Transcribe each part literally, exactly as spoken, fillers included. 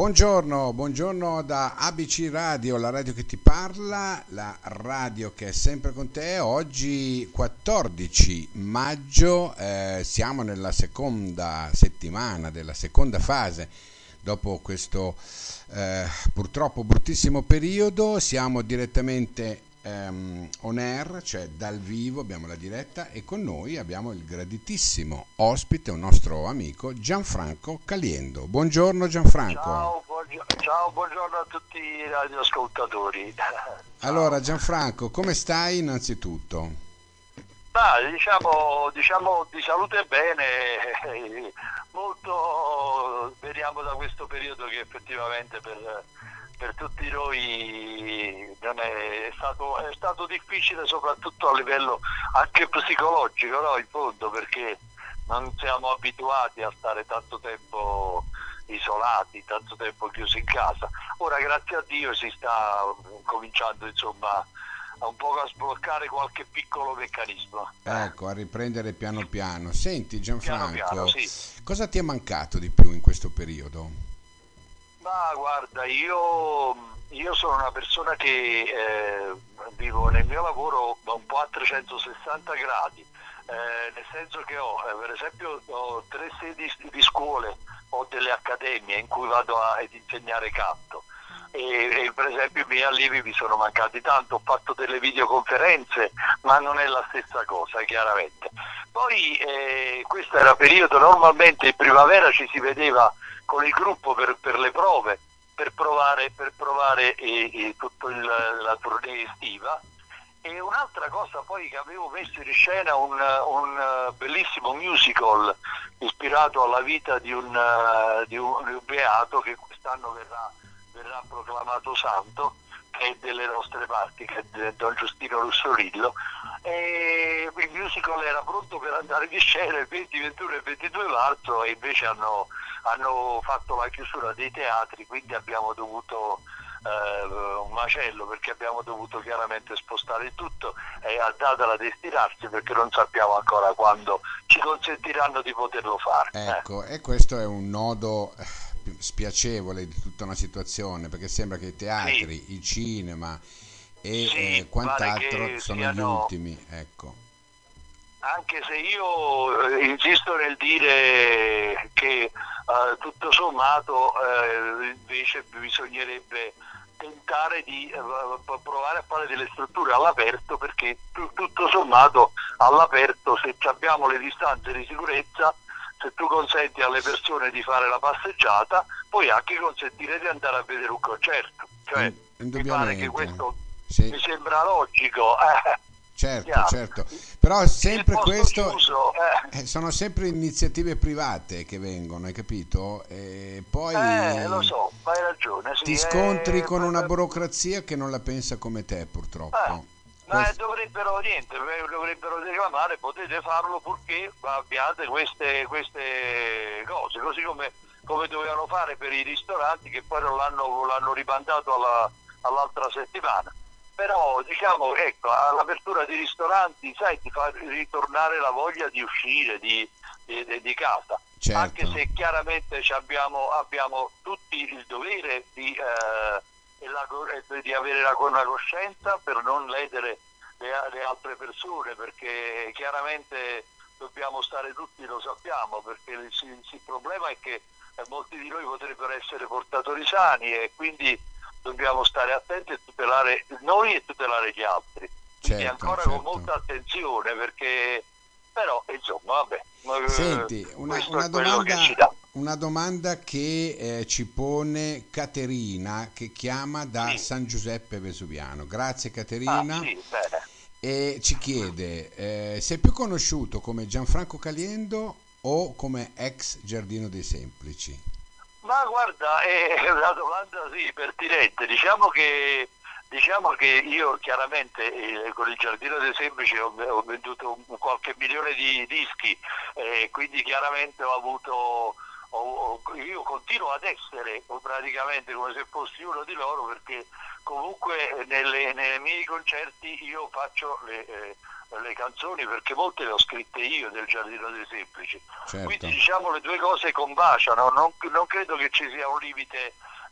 Buongiorno, buongiorno da A B C Radio, la radio che ti parla, la radio che è sempre con te. Oggi quattordici maggio, eh, siamo nella seconda settimana della seconda fase. Dopo questo eh, purtroppo bruttissimo periodo, siamo direttamente ehm, on air, cioè dal vivo, abbiamo la diretta e con noi abbiamo il graditissimo ospite, un nostro amico, Gianfranco Caliendo. Buongiorno Gianfranco. Ciao, buongiorno, ciao, buongiorno a tutti i radioascoltatori. Allora Ciao. Gianfranco, come stai innanzitutto? Ma diciamo, diciamo di salute bene, eh, molto speriamo da questo periodo che effettivamente per, per tutti noi non è, è stato, è stato difficile, soprattutto a livello anche psicologico, no? In fondo, perché non siamo abituati a stare tanto tempo isolati, tanto tempo chiusi in casa. Ora grazie a Dio si sta cominciando insomma a un po' a sbloccare qualche piccolo meccanismo. Ecco, a riprendere piano piano. Senti Piano piano, Gianfranco, sì. cosa ti è mancato di più in questo periodo? Ma guarda, io, io sono una persona che eh, vivo nel mio lavoro un po' a trecentosessanta gradi, eh, nel senso che ho, eh, per esempio, ho tre sedi di scuole, ho delle accademie in cui vado a- ad insegnare canto. E, e per esempio i miei allievi mi sono mancati tanto, ho fatto delle videoconferenze, ma non è la stessa cosa, chiaramente. Poi eh, questo era periodo, normalmente in primavera ci si vedeva con il gruppo per, per le prove, per provare, per provare eh, eh, tutta la tournée estiva. E un'altra cosa poi che avevo messo in scena un, un eh, bellissimo musical ispirato alla vita di un, eh, di un, di un beato che quest'anno verrà, verrà proclamato santo, che è delle nostre parti, che è Don Giustino Russolillo. E il musical era pronto per andare in scena il venti, ventuno e ventidue marzo e invece hanno, hanno fatto la chiusura dei teatri, quindi abbiamo dovuto eh, un macello, perché abbiamo dovuto chiaramente spostare il tutto e a data da destinarsi, perché non sappiamo ancora quando ci consentiranno di poterlo fare. Eh. Ecco, e questo è un nodo eh, spiacevole di tutta una situazione, perché sembra che i Sì, teatri, il cinema e sì, eh, pare quant'altro che sono gli siano. ultimi, ecco. Anche se io eh, insisto nel dire che eh, tutto sommato eh, invece bisognerebbe tentare di eh, provare a fare delle strutture all'aperto, perché tu- tutto sommato all'aperto, se ci abbiamo le distanze di sicurezza, se tu consenti alle persone di fare la passeggiata, puoi anche consentire di andare a vedere un concerto. Cioè, In- mi pare che indubbiamente, questo sì. mi sembra logico. Eh, Certo, chiaro. certo, però Il sempre posto questo chiuso, eh, eh, sono sempre iniziative private che vengono, hai capito? E eh, lo poi so, hai ragione, sì, ti scontri eh, con una eh, burocrazia che non la pensa come te, eh, purtroppo. ma Questo, dovrebbero niente, eh, dovrebbero reclamare, potete farlo purché abbiate queste, queste cose, così come, come dovevano fare per i ristoranti, che poi non l'hanno, l'hanno rimandato alla- all'altra settimana. Però diciamo, ecco, all'apertura di ristoranti, sai, ti fa ritornare la voglia di uscire di, di- di- di casa, anche certo, se chiaramente ci abbiamo, abbiamo tutti il dovere di, eh, e la- e di avere la, una coscienza per non ledere le, le altre persone, perché chiaramente dobbiamo stare tutti, lo sappiamo, perché il, il- il problema è che eh, molti di noi potrebbero essere portatori sani e quindi dobbiamo stare attenti e tutelare noi e tutelare gli altri. Quindi certo, ancora con certo. molta attenzione, perché però insomma vabbè, eh, Senti, una, questo una è quello che ci domanda, dà. una domanda che eh, ci pone Caterina, che chiama da Sì, San Giuseppe Vesuviano. Grazie ah Caterina. sì, bene. E ci chiede, eh, sei più conosciuto come Gianfranco Caliendo o come ex Giardino dei Semplici? Ma guarda, è una domanda sì, pertinente. Diciamo che, diciamo che io chiaramente eh, con il Giardino dei Semplici ho, ho venduto un- qualche milione di dischi, eh, quindi chiaramente ho avuto, ho- ho- io continuo ad essere praticamente come se fossi uno di loro, perché comunque eh, nelle- nei miei concerti io faccio le, eh, le canzoni, perché molte le ho scritte io del Giardino dei Semplici. Quindi Certo, diciamo le due cose combaciano, non, non credo che ci sia un limite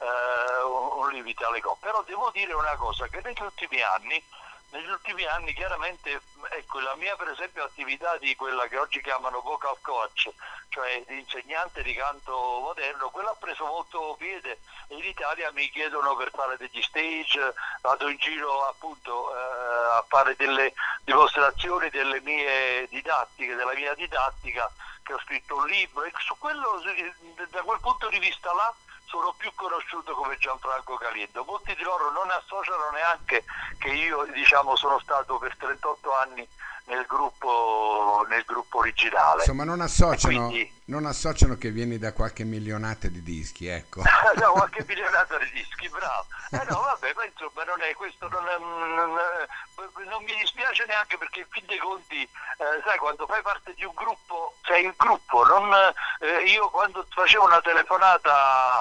eh, un, un limite alle cose. Però devo dire una cosa, che negli ultimi anni negli ultimi anni chiaramente, ecco, la mia per esempio attività di quella che oggi chiamano vocal coach, cioè di insegnante di canto moderno, quella ha preso molto piede e in Italia mi chiedono per fare degli stage, vado in giro appunto eh, a fare delle dimostrazioni delle mie didattiche, della mia didattica, che ho scritto un libro e su quello, da quel punto di vista là, sono più conosciuto come Gianfranco Caliendo. Molti di loro non associano neanche che io, diciamo, sono stato per trentotto anni nel gruppo, nel gruppo originale. Insomma, non associano, quindi, non associano che vieni da qualche milionata di dischi, ecco. da qualche milionata di dischi, bravo. Eh no, vabbè, ma insomma non è questo, non, è, non, non mi dispiace neanche, perché in fin dei conti, eh, sai, quando fai parte di un gruppo, sei il gruppo. Non, eh, io quando facevo una telefonata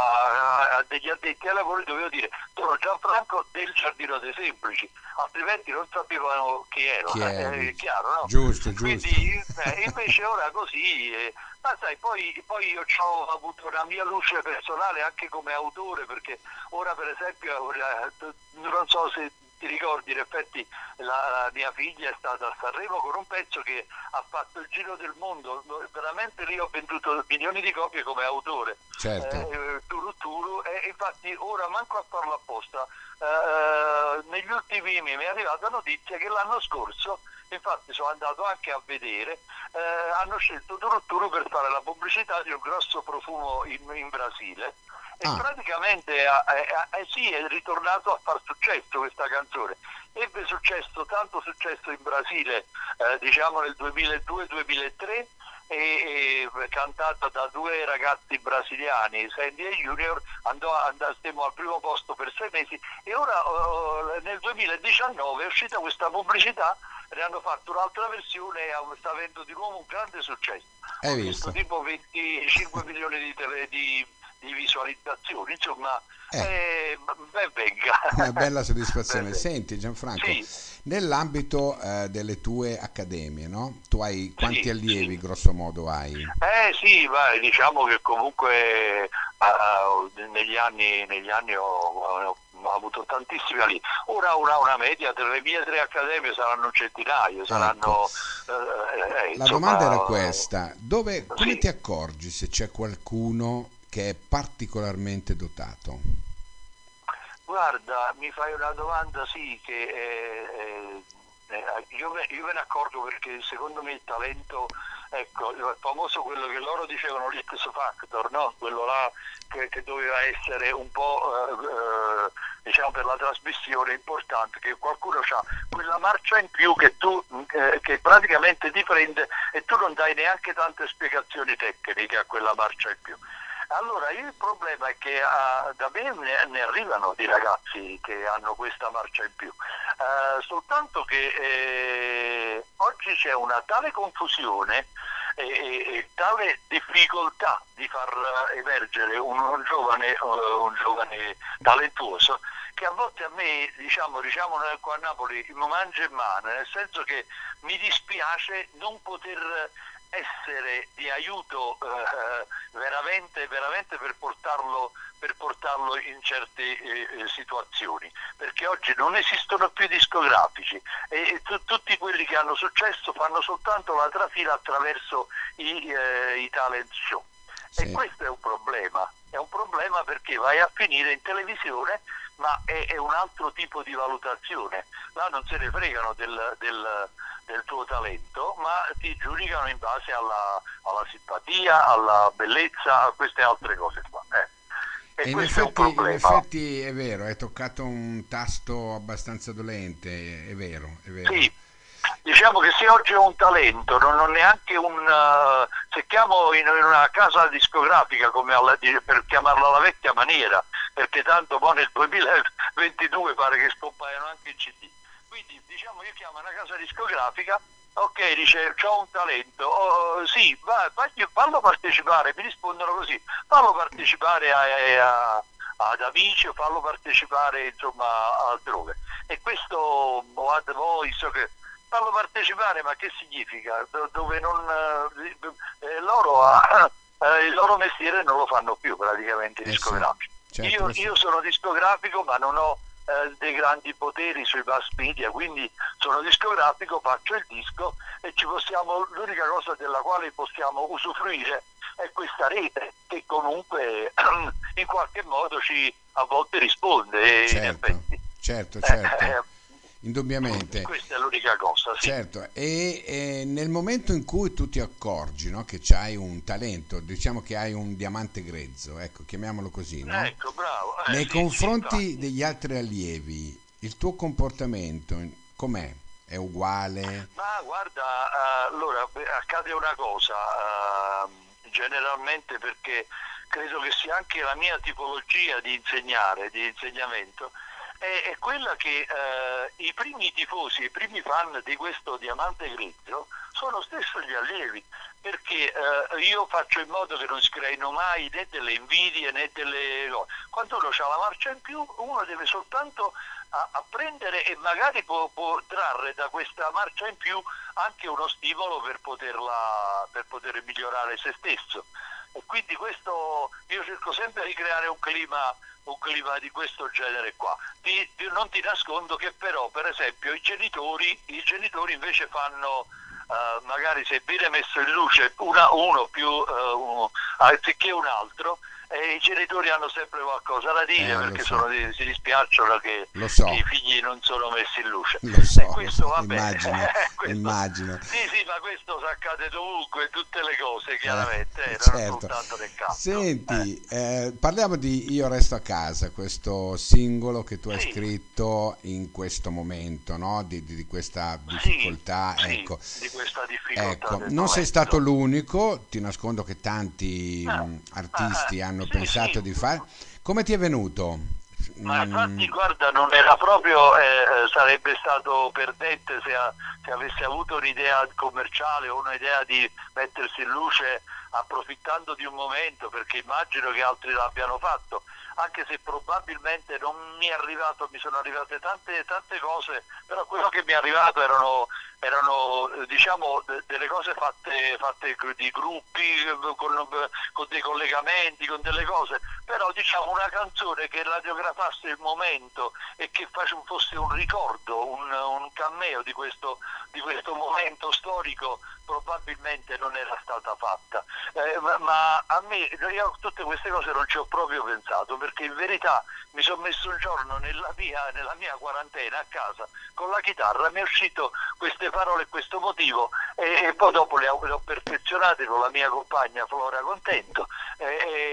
a, a degli addetti ai lavori dovevo dire: sono Gianfranco del Giardino dei Semplici, altrimenti non sapevano chi ero. Chi eh, è chiaro, no? Giusto, giusto. Quindi eh, invece ora così, eh, ma sai, poi, poi io ho avuto una mia luce personale anche come autore, perché ora per esempio, eh, non so se ti ricordi, in effetti la, la mia figlia è stata a Sanremo con un pezzo che ha fatto il giro del mondo, veramente lì ho venduto milioni di copie come autore. Certo. eh, Turu Turu, e infatti ora manco a farlo apposta, eh, negli ultimi mesi mi è arrivata notizia che l'anno scorso, infatti sono andato anche a vedere, eh, hanno scelto Turu Turu per fare la pubblicità di un grosso profumo in, in Brasile. E Ah. praticamente eh, eh, sì, è ritornato a far successo questa canzone. Ebbe successo, tanto successo in Brasile, eh, diciamo nel duemiladue duemilatré, e, e cantata da due ragazzi brasiliani, Sandy e Junior, andò, andò, stiamo al primo posto per sei mesi, e ora oh, nel duemiladiciannove è uscita questa pubblicità, ne hanno fatto un'altra versione e sta avendo di nuovo un grande successo. Hai Ho visto? visto tipo venticinque milioni di, tele, di, di visualizzazioni, insomma, Eh. eh, ben venga. Una bella soddisfazione. Ben venga. Senti Gianfranco, Sì. nell'ambito eh, delle tue accademie, no? Tu hai quanti Sì, allievi sì. grosso modo hai? Eh sì, vai, diciamo che comunque uh, negli anni, negli anni ho, ho, ho avuto tantissimi allievi. Ora una, una media delle mie tre accademie saranno un centinaio, saranno... Eh, eh, La insomma, domanda era questa: dove, come sì. ti accorgi se c'è qualcuno che è particolarmente dotato? Guarda, mi fai una domanda, sì, che eh, eh, io, me, io me ne accorgo, perché secondo me il talento, ecco, il famoso, quello che loro dicevano l'X Factor, no? Quello là che, che doveva essere un po' eh, eh, diciamo per la trasmissione importante, che qualcuno ha quella marcia in più che tu eh, che praticamente ti prende e tu non dai neanche tante spiegazioni tecniche a quella marcia in più. Allora, il problema è che uh, da me ne, ne arrivano di ragazzi che hanno questa marcia in più, uh, soltanto che eh, oggi c'è una tale confusione e, e, e tale difficoltà di far emergere un, un, giovane, uh, un giovane talentuoso, che a volte a me, diciamo, diciamo qua a Napoli, mi mangia in mano, nel senso che mi dispiace non poter essere di aiuto eh, veramente, veramente per portarlo, per portarlo in certe eh, situazioni, perché oggi non esistono più discografici e, e t- tutti quelli che hanno successo fanno soltanto la trafila attraverso i, eh, i talent show. Sì. E questo è un problema, è un problema perché vai a finire in televisione, ma è, è un altro tipo di valutazione. Là non se ne fregano del, del, del tuo talento, ma ti giudicano in base alla, alla simpatia, alla bellezza, a queste altre cose qua. Eh. E, e in, questo effetti, è un problema. in effetti è vero, hai toccato un tasto abbastanza dolente, è vero, è vero. Sì. Diciamo che se oggi ho un talento, non ho neanche un... Uh, se chiamo in, in una casa discografica, come alla, per chiamarla alla vecchia maniera, perché tanto poi nel duemilaventidue pare che scompaiono anche i C D. Quindi diciamo io chiamo una casa discografica, ok, dice c'ho un talento, oh, sì, va, fagli, fallo partecipare, mi rispondono così, fallo partecipare a, a, ad amici, o fallo partecipare insomma altrove. E questo What Voice, che farlo partecipare, ma che significa? Dove non eh, loro a, eh, il loro mestiere non lo fanno più praticamente i eh discografici. sì. certo, Io, questo- io sono discografico, ma non ho eh, dei grandi poteri sui mass media, quindi sono discografico, faccio il disco e ci possiamo, l'unica cosa della quale possiamo usufruire è questa rete che comunque in qualche modo ci a volte risponde, e in certo, effetti. certo, Eh, certo, eh, indubbiamente. questa è l'unica cosa, sì. Certo, e, e nel momento in cui tu ti accorgi, no, che hai un talento, diciamo che hai un diamante grezzo, ecco, chiamiamolo così, no? Ecco, bravo. Eh, Nei sì, sì, confronti infatti. degli altri allievi, il tuo comportamento com'è? È uguale? Ma guarda, eh, allora beh, accade una cosa, eh, generalmente perché credo che sia anche la mia tipologia di insegnare, di insegnamento, è, è quella che eh, i primi tifosi, i primi fan di questo diamante grezzo sono stesso gli allievi, perché eh, io faccio in modo che non si creino mai né delle invidie né delle cose. Quando uno ha la marcia in più, uno deve soltanto a, a prendere e magari può, può trarre da questa marcia in più anche uno stimolo per poterla, per poter migliorare se stesso. E quindi questo io cerco sempre di creare un clima, un clima di questo genere qua. Ti- ti- non ti nascondo che però, per esempio, i genitori, i genitori invece fanno, eh, magari se viene messo in luce una- uno più eh, uno, anziché un altro, e i genitori hanno sempre qualcosa da dire Eh, lo perché so, sono, si dispiacciono che, lo che i so, figli non sono messi in luce. lo E so, lo so, questo va bene. immagino, questo, immagino. sì, sì, ma questo si accade dovunque, in tutte le cose, Eh, chiaramente, eh, non certo. soltanto nel canto. Eh, Senti, eh, parliamo di Io resto a casa, questo singolo che tu hai sì, scritto in questo momento, no? Di, di- di questa sì, difficoltà, sì, ecco. di questa difficoltà Ecco, del non sei stato momento. l'unico, ti nascondo che tanti Eh, mh, eh, eh, artisti hanno sì, pensato sì. di fare. Come ti è venuto? Ma Mm, infatti, guarda, non era proprio, eh, eh, sarebbe stato perdente se, ha- se avesse avuto un'idea commerciale o un'idea di mettersi in luce approfittando di un momento, perché immagino che altri l'abbiano fatto, anche se probabilmente non mi è arrivato, mi sono arrivate tante, tante cose, però quello che mi è arrivato erano, erano eh, diciamo, de- delle cose fatte, fatte di gruppi, eh, con, con dei collegamenti, con delle cose, però diciamo una canzone che radiografasse il momento e che face- fosse un ricordo, un, un cameo di questo, di questo momento storico probabilmente non era stata fatta. Eh, ma, ma a me, io a tutte queste cose non ci ho proprio pensato, perché in verità mi sono messo un giorno nella mia, nella mia quarantena a casa con la chitarra, mi è uscito queste parole e questo motivo, e, e poi dopo le ho, le ho perfezionate con la mia compagna Flora Contento, e,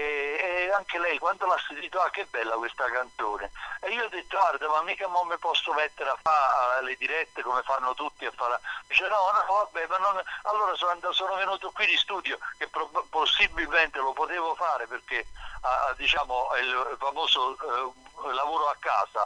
e- e anche lei quando l'ha sentito, ah che bella questa canzone, e io ho detto guarda, ma mica mo mi posso mettere a fare le dirette come fanno tutti a fare. Dice no, no, vabbè, ma non... allora sono, andato, sono venuto qui di studio, che prob- possibilmente lo potevo fare perché ah, diciamo il famoso eh, lavoro a casa,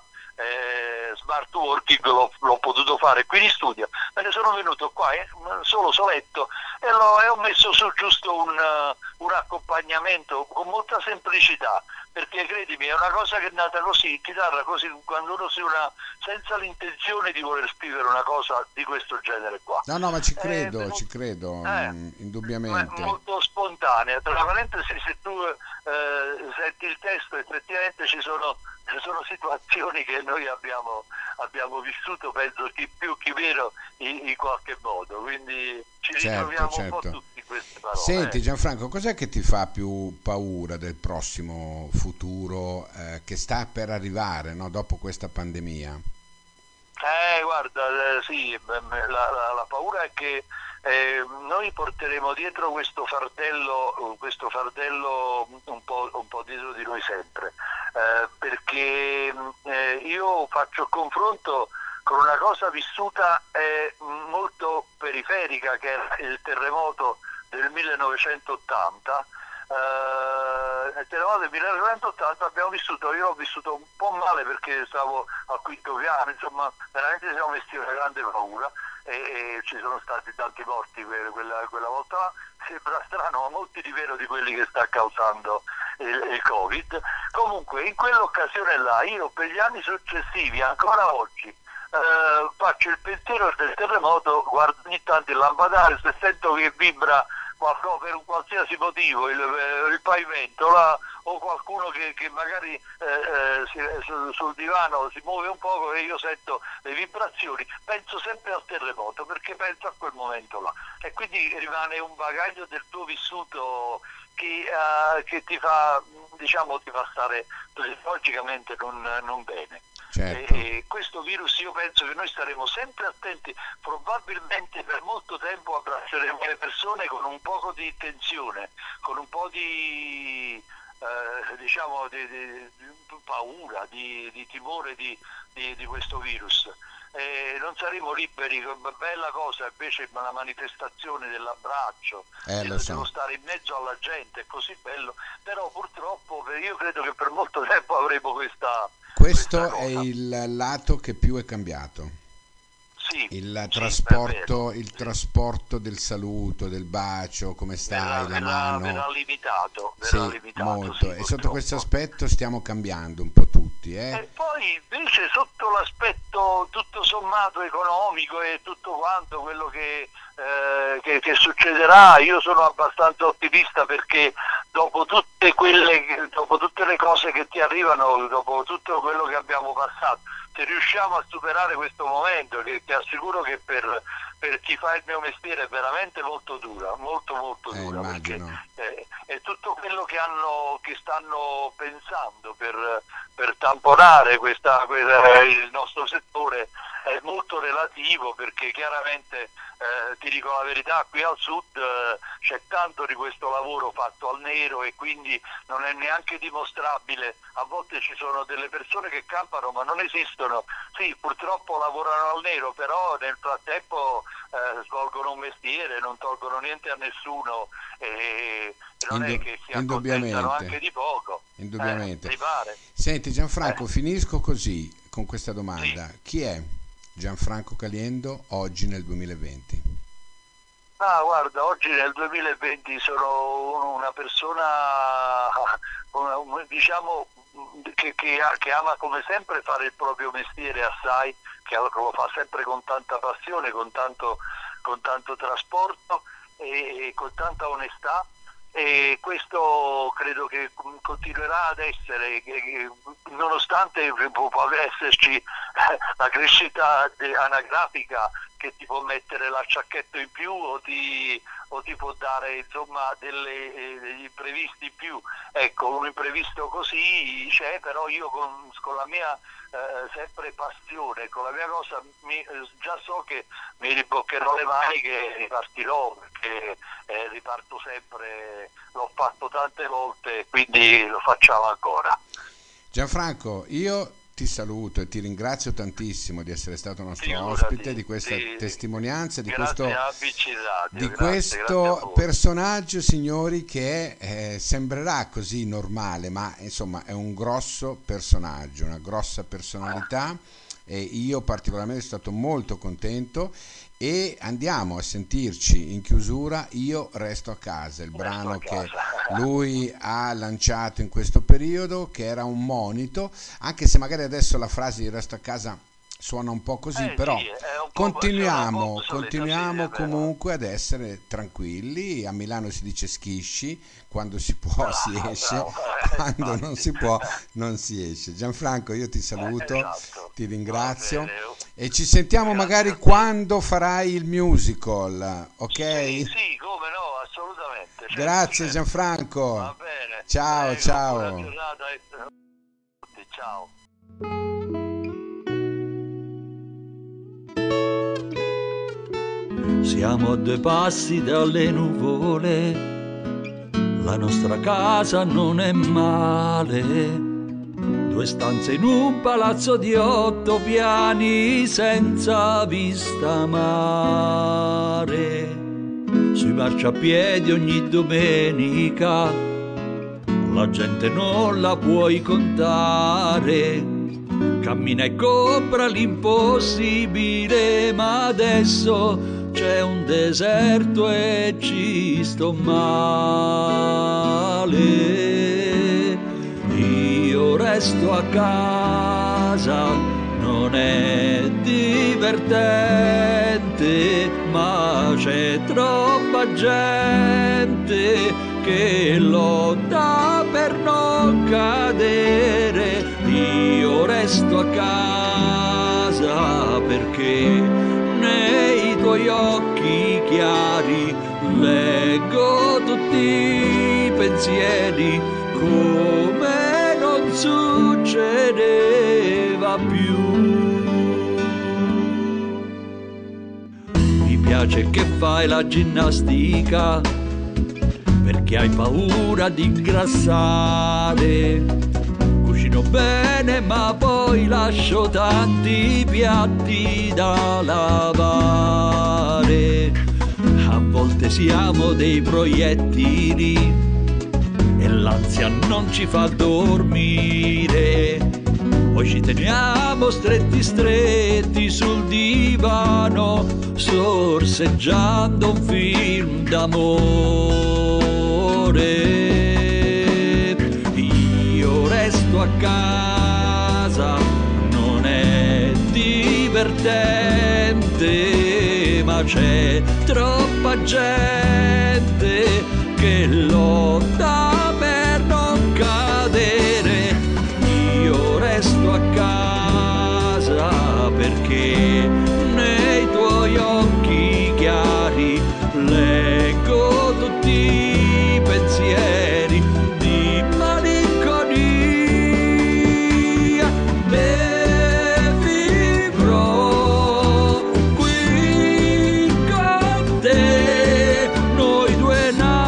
eh, smart working l'ho, l'ho potuto fare qui in studio, me ne sono venuto qua eh, solo soletto, e, l'ho, e ho messo su giusto un, uh, un accompagnamento con molta semplicità, perché credimi è una cosa che è nata così, in chitarra così, quando uno si una senza l'intenzione di voler scrivere una cosa di questo genere qua, no, no, ma ci è credo, ci venuto, credo, eh, mm, ma- indubbiamente. molto spontanea. Tra parentesi, se tu eh, senti il testo, effettivamente ci sono, ci sono situazioni che noi abbiamo, abbiamo vissuto, penso chi più chi meno, in, in qualche modo, quindi ci Certo, ritroviamo un po' certo. tutti in queste parole. Senti Eh. Gianfranco, cos'è che ti fa più paura del prossimo futuro eh, che sta per arrivare, no, dopo questa pandemia? Eh, guarda, eh, sì, beh, beh, la, la- la paura è che eh, noi porteremo dietro questo fardello, questo fardello un po', un po' dietro di noi sempre, eh, perché mh, eh, io faccio confronto con una cosa vissuta eh, molto periferica, che era il terremoto del millenovecentottanta. Eh, nel terremoto del millenovecentottanta abbiamo vissuto, io l'ho vissuto un po' male perché stavo al quinto piano, insomma veramente ci siamo messi una grande paura, e, e ci sono stati tanti morti que- quella, quella volta là. Sembra strano, ma molti di meno di quelli che sta causando il, il Covid. Comunque in quell'occasione là io per gli anni successivi, ancora oggi, eh, faccio il pensiero del terremoto, guardo ogni tanto il lampadario, se sento che vibra qualcosa per un qualsiasi motivo, il, il pavimento, la, o qualcuno che, che magari eh, eh, si, sul, sul divano si muove un poco e io sento le vibrazioni, penso sempre al terremoto, perché penso a quel momento là, e quindi rimane un bagaglio del tuo vissuto che, uh, che ti fa, diciamo, ti fa stare psicologicamente non, non bene. Certo. E questo virus, io penso che noi staremo sempre attenti, probabilmente per molto tempo abbracceremo le persone con un poco di tensione, con un po' di eh, diciamo di, di, di paura, di, di timore di, di, di questo virus. E non saremo liberi, bella cosa invece la manifestazione dell'abbraccio, eh, dello so. stare in mezzo alla gente, è così bello, però purtroppo io credo che per molto tempo avremo questa questo è il lato che più è cambiato. Sì, il sì, trasporto, vero, il sì. trasporto del saluto, del bacio, come stai, verrà, la mano. verrà limitato, Sì, verrà limitato, molto. sì, E sotto questo purtroppo. aspetto stiamo cambiando un po' tutti, eh? E poi invece sotto l'aspetto tutto sommato economico e tutto quanto quello che, eh, che, che succederà, io sono abbastanza ottimista, perché dopo tutte quelle, dopo tutte le cose che ti arrivano, dopo tutto quello che abbiamo passato, se riusciamo a superare questo momento, che ti assicuro che per, per chi fa il mio mestiere è veramente molto dura, molto molto Eh, dura, perché immagino. eh, è tutto quello che hanno, che stanno pensando per, per tamponare questa, questa, il nostro settore è molto relativo, perché chiaramente eh, ti dico la verità, qui al sud eh, c'è tanto di questo lavoro fatto al nero, e quindi non è neanche dimostrabile. A volte ci sono delle persone che campano ma non esistono, sì, purtroppo lavorano al nero, però nel frattempo eh, svolgono un mestiere, non tolgono niente a nessuno, e non è Indu- che si accontentano anche di poco. Indubbiamente. Eh, mi pare. Senti Gianfranco, Eh. finisco così con questa domanda. Sì. Chi è Gianfranco Caliendo oggi nel duemilaventi? Ah, guarda, oggi nel duemilaventi sono una persona, una- diciamo, che, che, che ama come sempre fare il proprio mestiere assai, che lo fa sempre con tanta passione, con tanto, con tanto trasporto e, e con tanta onestà. E questo credo che continuerà ad essere, nonostante può esserci la crescita anagrafica che ti può mettere l'acciacchetto in più, o ti, o ti può dare insomma delle, degli imprevisti in più. Ecco, un imprevisto così c'è, però io con, con la mia eh, sempre passione, con la mia cosa, mi, già so che mi riboccherò le maniche e ripartirò, perché eh, riparto sempre, l'ho fatto tante volte, quindi lo facciamo ancora. Gianfranco, io ti saluto e ti ringrazio tantissimo di essere stato nostro Figurati, ospite, di questa sì, testimonianza, di grazie questo, a A B C Radio, di grazie, questo grazie a voi. personaggio, signori, che eh, sembrerà così normale, ma insomma è un grosso personaggio, una grossa personalità, e io particolarmente sono stato molto contento. E andiamo a sentirci in chiusura Io resto a casa, il Resto brano a che casa. lui ha lanciato in questo periodo, che era un monito, anche se magari adesso la frase di resto a casa suona un po' così, Eh, però sì, è un po', continuiamo, un po' obsoleta, continuiamo sì, è vero. comunque ad essere tranquilli. A Milano si dice schisci, quando si può si Bravo, esce, bravo, eh, quando non infatti. si può non si esce. Gianfranco, io ti Eh, saluto, esatto. ti Va ringrazio bene. e ci sentiamo Grazie magari a te. quando farai il musical, ok? Sì, sì, come no, assolutamente. Certo, Grazie certo. Gianfranco. Va bene. Ciao, Prego, ciao. buona giornata a tutti. Ciao. Siamo a due passi dalle nuvole, la nostra casa non è male. Due stanze in un palazzo di otto piani senza vista mare. Sui marciapiedi ogni domenica la gente non la puoi contare. Cammina e compra l'impossibile, ma adesso c'è un deserto e ci sto male. Io resto a casa, non è divertente, ma c'è troppa gente che lotta per non cadere. Io resto a casa perché nei tuoi occhi chiari leggo tutti i pensieri come non succedeva più. Mi piace che fai la ginnastica perché hai paura di ingrassare. Cucino bene ma poi lascio tanti piatti da lavare. A volte siamo dei proiettili e l'ansia non ci fa dormire. Poi ci teniamo stretti stretti sul divano, sorseggiando un film d'amore. Io resto a casa, non è divertente, ma c'è troppa gente che lotta per non cadere. Io resto a casa perché nei tuoi occhi chiari leggo tutti i pensieri di malinconia. E vivrò qui con te, noi due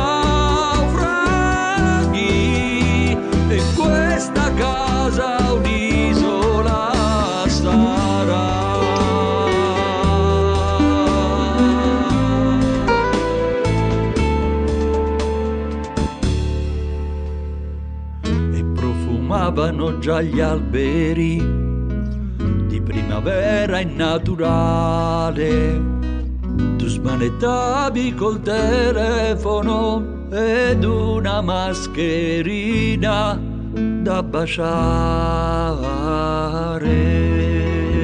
naufraghi, e questa casa un'isola sarà. E profumavano già gli alberi di primavera innaturale. Tu smanettavi col telefono ed una mascherina da baciare.